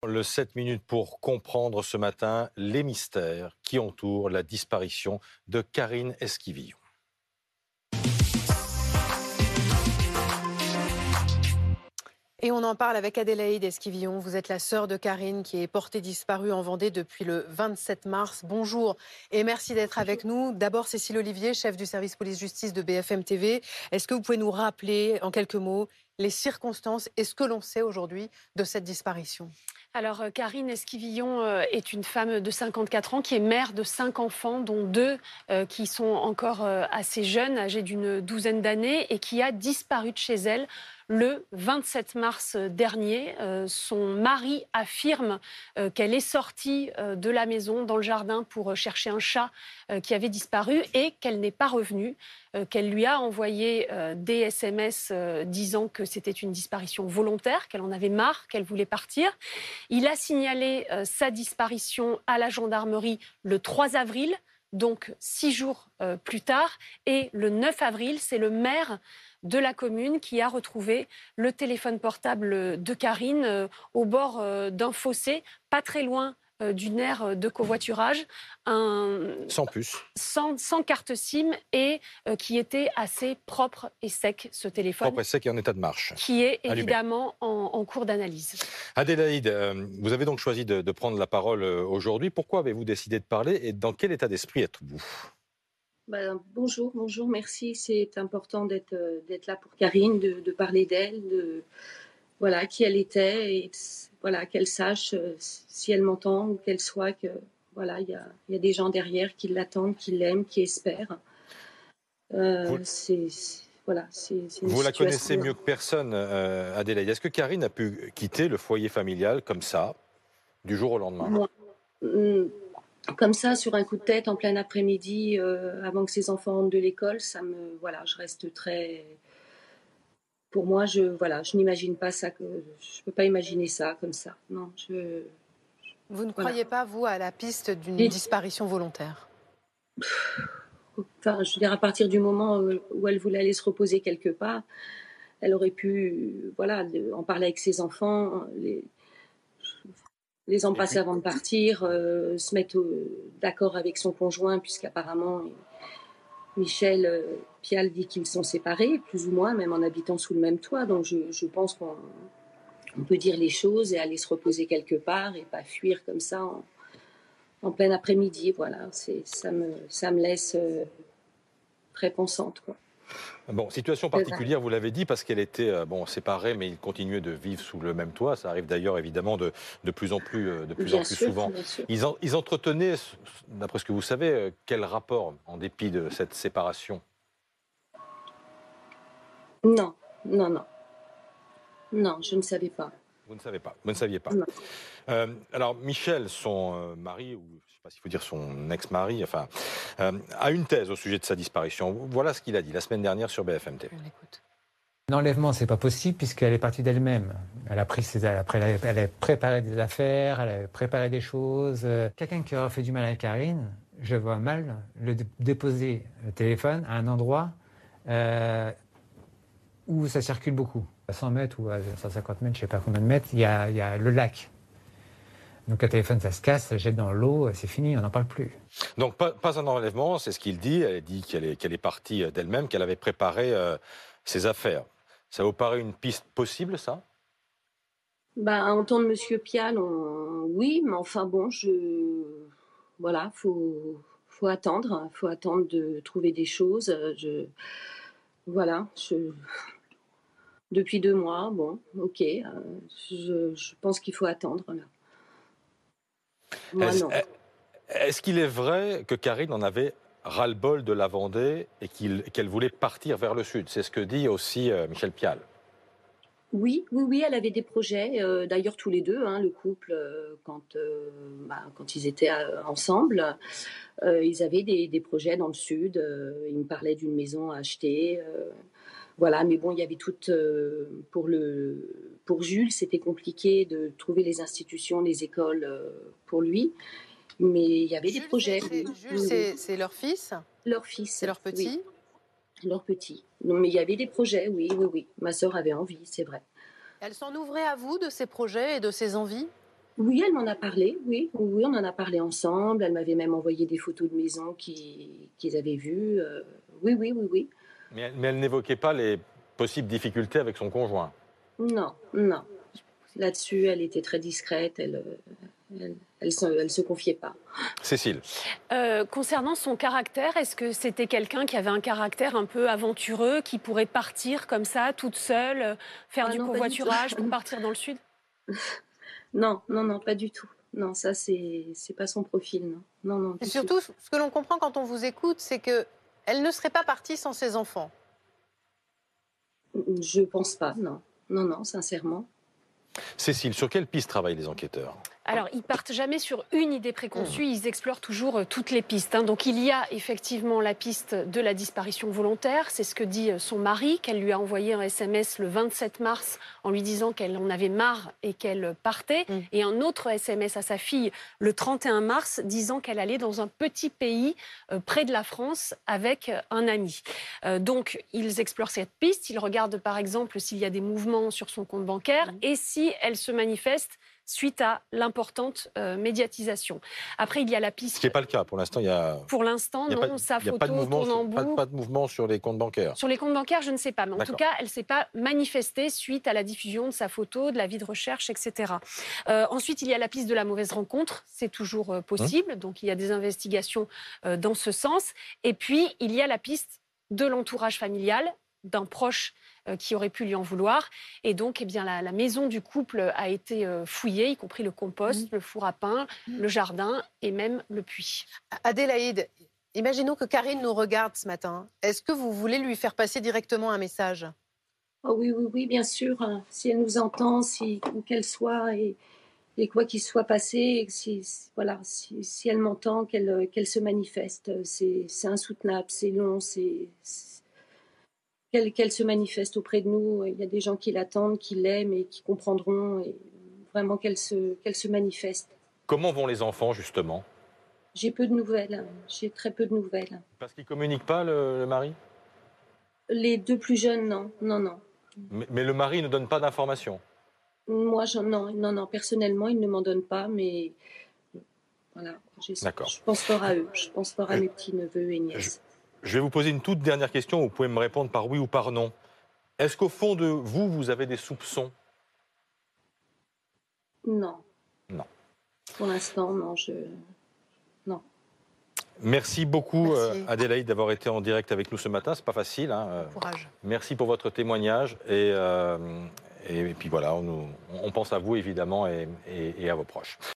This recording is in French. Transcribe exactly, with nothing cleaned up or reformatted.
le sept minutes pour comprendre ce matin les mystères qui entourent la disparition de Karine Esquivillon. Et on en parle avec Adélaïde Esquivillon. Vous êtes la sœur de Karine qui est portée disparue en Vendée depuis le vingt-sept mars. Bonjour et merci d'être avec nous. D'abord Cécile Olivier, chef du service police-justice de B F M T V. Est-ce que vous pouvez nous rappeler en quelques mots les circonstances et ce que l'on sait aujourd'hui de cette disparition ? Alors, Karine Esquivillon euh, est une femme de cinquante-quatre ans qui est mère de cinq enfants, dont deux euh, qui sont encore euh, assez jeunes, âgés d'une douzaine d'années, et qui a disparu de chez elle le vingt-sept mars dernier. Euh, son mari affirme euh, qu'elle est sortie euh, de la maison dans le jardin pour chercher un chat euh, qui avait disparu et qu'elle n'est pas revenue, euh, qu'elle lui a envoyé euh, des S M S euh, disant que c'était une disparition volontaire, qu'elle en avait marre, qu'elle voulait partir. Il a signalé euh, sa disparition à la gendarmerie le trois avril, donc six jours euh, plus tard. Et le neuf avril, c'est le maire de la commune qui a retrouvé le téléphone portable de Karine euh, au bord euh, d'un fossé, pas très loin euh, d'une aire de covoiturage. Un... Sans puce. Sans, sans carte SIM et euh, qui était assez propre et sec, ce téléphone. Propre et sec et en état de marche. Qui est Allumé. évidemment en, en cours d'analyse. Adélaïde, euh, vous avez donc choisi de, de prendre la parole euh, aujourd'hui. Pourquoi avez-vous décidé de parler et dans quel état d'esprit êtes-vous ? Ben, bonjour, bonjour, merci. C'est important d'être, d'être là pour Karine, de, de parler d'elle, de voilà, qui elle était et voilà, qu'elle sache euh, si elle m'entend ou qu'elle soit que voilà, il y a, y a des gens derrière qui l'attendent, qui l'aiment, qui espèrent. Euh, vous, c'est, c'est, voilà, c'est, c'est vous la connaissez mieux que personne, euh, Adélaïde. Est-ce que Karine a pu quitter le foyer familial comme ça, du jour au lendemain ? Moi, hum, Comme ça, sur un coup de tête, en plein après-midi, euh, avant que ses enfants rentrent de l'école, ça me, voilà, je reste très. Pour moi, je, voilà, je n'imagine pas ça, que je peux pas imaginer ça comme ça. Non, je. Vous ne voilà. croyez pas, vous, à la piste d'une Et... disparition volontaire ? Enfin, je veux dire, à partir du moment où elle voulait aller se reposer quelque part, elle aurait pu, voilà, en parler avec ses enfants, les. les embrasser avant de partir, euh, se mettre euh, d'accord avec son conjoint, puisqu'apparemment Michel euh, Pial dit qu'ils sont séparés, plus ou moins, même en habitant sous le même toit. Donc je, je pense qu'on on peut dire les choses et aller se reposer quelque part et pas fuir comme ça en, en plein après-midi. Voilà, c'est, ça, me, ça me laisse euh, très pensante, quoi. Bon, situation particulière, vous l'avez dit, parce qu'elle était euh, bon, séparée, mais ils continuaient de vivre sous le même toit. Ça arrive d'ailleurs, évidemment, de, de plus en plus, de plus, en plus sûr, souvent. Ils, en, ils entretenaient, d'après ce que vous savez, quel rapport, en dépit de cette séparation ? Non, non, non. Non, je ne savais pas. Vous ne savez pas, vous ne saviez pas. Euh, alors, Michel, son euh, mari, ou je ne sais pas s'il faut dire son ex-mari, enfin, euh, a une thèse au sujet de sa disparition. Voilà ce qu'il a dit la semaine dernière sur B F M T V. On l'écoute. L'enlèvement, c'est pas possible puisqu'elle est partie d'elle-même. Elle a pris ses, après, elle a préparé des affaires, elle a préparé des choses. Quelqu'un qui aura fait du mal à Karine, je vois mal le déposer le téléphone à un endroit euh, où ça circule beaucoup. À cent mètres ou à cent cinquante mètres, je sais pas combien de mètres, il y a, il y a le lac. Donc le téléphone, ça se casse, ça se jette dans l'eau, c'est fini, on n'en parle plus. Donc pas, pas un enlèvement, c'est ce qu'il dit. Elle dit qu'elle est, qu'elle est partie d'elle-même, qu'elle avait préparé euh, ses affaires. Ça vous paraît une piste possible, ça ? Bah, à entendre Monsieur Pial, on... oui, mais enfin bon, je... Voilà, faut, faut attendre, faut attendre de trouver des choses. Je... Voilà, je... Depuis deux mois, bon, ok, euh, je, je pense qu'il faut attendre, là. Moi, est-ce, non. Est-ce qu'il est vrai que Karine en avait ras-le-bol de la Vendée et qu'il, qu'elle voulait partir vers le sud ? C'est ce que dit aussi euh, Michel Pial. Oui, oui, oui, elle avait des projets, euh, d'ailleurs tous les deux, hein, le couple, euh, quand, euh, bah, quand ils étaient euh, ensemble, euh, ils avaient des, des projets dans le sud, euh, ils me parlaient d'une maison à acheter, euh, voilà, mais bon, il y avait tout, euh, pour, le, pour Jules, c'était compliqué de trouver les institutions, les écoles euh, pour lui, mais il y avait Jules, des projets. C'est, oui. Jules, c'est, c'est leur fils ? Leur fils. C'est leur petit ? Oui. Leur petit. Non, mais il y avait des projets, oui, oui, oui. Ma sœur avait envie, c'est vrai. Elle s'en ouvrait à vous de ses projets et de ses envies ? Oui, elle m'en a parlé, oui. Oui, on en a parlé ensemble. Elle m'avait même envoyé des photos de maisons qu'ils qu'ils avaient vues. Euh, oui, oui, oui, oui. Mais, elle- mais elle n'évoquait pas les possibles difficultés avec son conjoint. Non, non. Là-dessus, elle était très discrète. Elle, euh, elle, elle se, elle se confiait pas. Cécile. Euh, concernant son caractère, est-ce que c'était quelqu'un qui avait un caractère un peu aventureux, qui pourrait partir comme ça, toute seule, euh, faire Ah du non, pas du covoiturage tout. pour partir dans le sud? Non, non, non, pas du tout. Non, ça, c'est c'est pas son profil, non. Non, non, Et du surtout, tout. ce que l'on comprend quand on vous écoute, c'est qu'elle ne serait pas partie sans ses enfants. Je pense pas, non. Non, non, sincèrement. Cécile, sur quelle piste travaillent les enquêteurs? Alors, ils partent jamais sur une idée préconçue, ils explorent toujours euh, toutes les pistes, hein. Donc, il y a effectivement la piste de la disparition volontaire. C'est ce que dit euh, son mari, qu'elle lui a envoyé un S M S le vingt-sept mars en lui disant qu'elle en avait marre et qu'elle partait. Mm. Et un autre S M S à sa fille le trente et un mars disant qu'elle allait dans un petit pays euh, près de la France avec euh, un ami. Euh, donc, ils explorent cette piste. Ils regardent par exemple s'il y a des mouvements sur son compte bancaire Mm. et si elle se manifeste suite à l'importante euh, médiatisation. Après, il y a la piste... Ce qui n'est pas le cas. Pour l'instant, il y a, Pour l'instant, il y a non, pas, sa il y a photo pas de mouvement, tourne en sur, pas, boucle. pas de mouvement sur les comptes bancaires. Sur les comptes bancaires, je ne sais pas. Mais en tout D'accord. cas, elle ne s'est pas manifestée suite à la diffusion de sa photo, de l'avis de recherche, et cetera. Euh, ensuite, il y a la piste de la mauvaise rencontre. C'est toujours euh, possible. Donc, il y a des investigations euh, dans ce sens. Et puis, il y a la piste de l'entourage familial, d'un proche euh, qui aurait pu lui en vouloir. Et donc, eh bien, la, la maison du couple a été euh, fouillée, y compris le compost, Mmh. le four à pain, Mmh. le jardin et même le puits. Adélaïde, imaginons que Karine nous regarde ce matin. Est-ce que vous voulez lui faire passer directement un message? Oh oui, oui, oui, bien sûr. hein. Si elle nous entend, si, où qu'elle soit, et, et quoi qu'il soit passé, si, si- voilà, si, si elle m'entend, qu'elle qu'elle se manifeste. C'est c'est insoutenable, c'est long, c'est c'est- qu'elle qu'elle se manifeste auprès de nous. Il y a des gens qui l'attendent, qui l'aiment et qui comprendront. Et vraiment qu'elle se, qu'elle se manifeste. Comment vont les enfants, justement? J'ai peu de nouvelles. J'ai très peu de nouvelles. Parce qu'ils ne communiquent pas, le, le mari? Les deux plus jeunes, non, non, non. mais, mais le mari ne donne pas d'informations? Moi, j'en- non, non, non. Personnellement, ils ne m'en donnent pas, mais voilà. Je, D'accord. je pense fort à eux. Je pense fort à mes petits neveux et nièces. Je vais vous poser une toute dernière question. Vous pouvez me répondre par oui ou par non. Est-ce qu'au fond de vous, vous avez des soupçons? Non. Non. Pour l'instant, non. Je. Non. Merci beaucoup, Merci. euh, Adélaïde, d'avoir été en direct avec nous ce matin. C'est pas facile. Hein. euh, Courage. Merci pour votre témoignage. Et, euh, et, et puis voilà, on, nous- on pense à vous, évidemment, et, et- et à vos proches.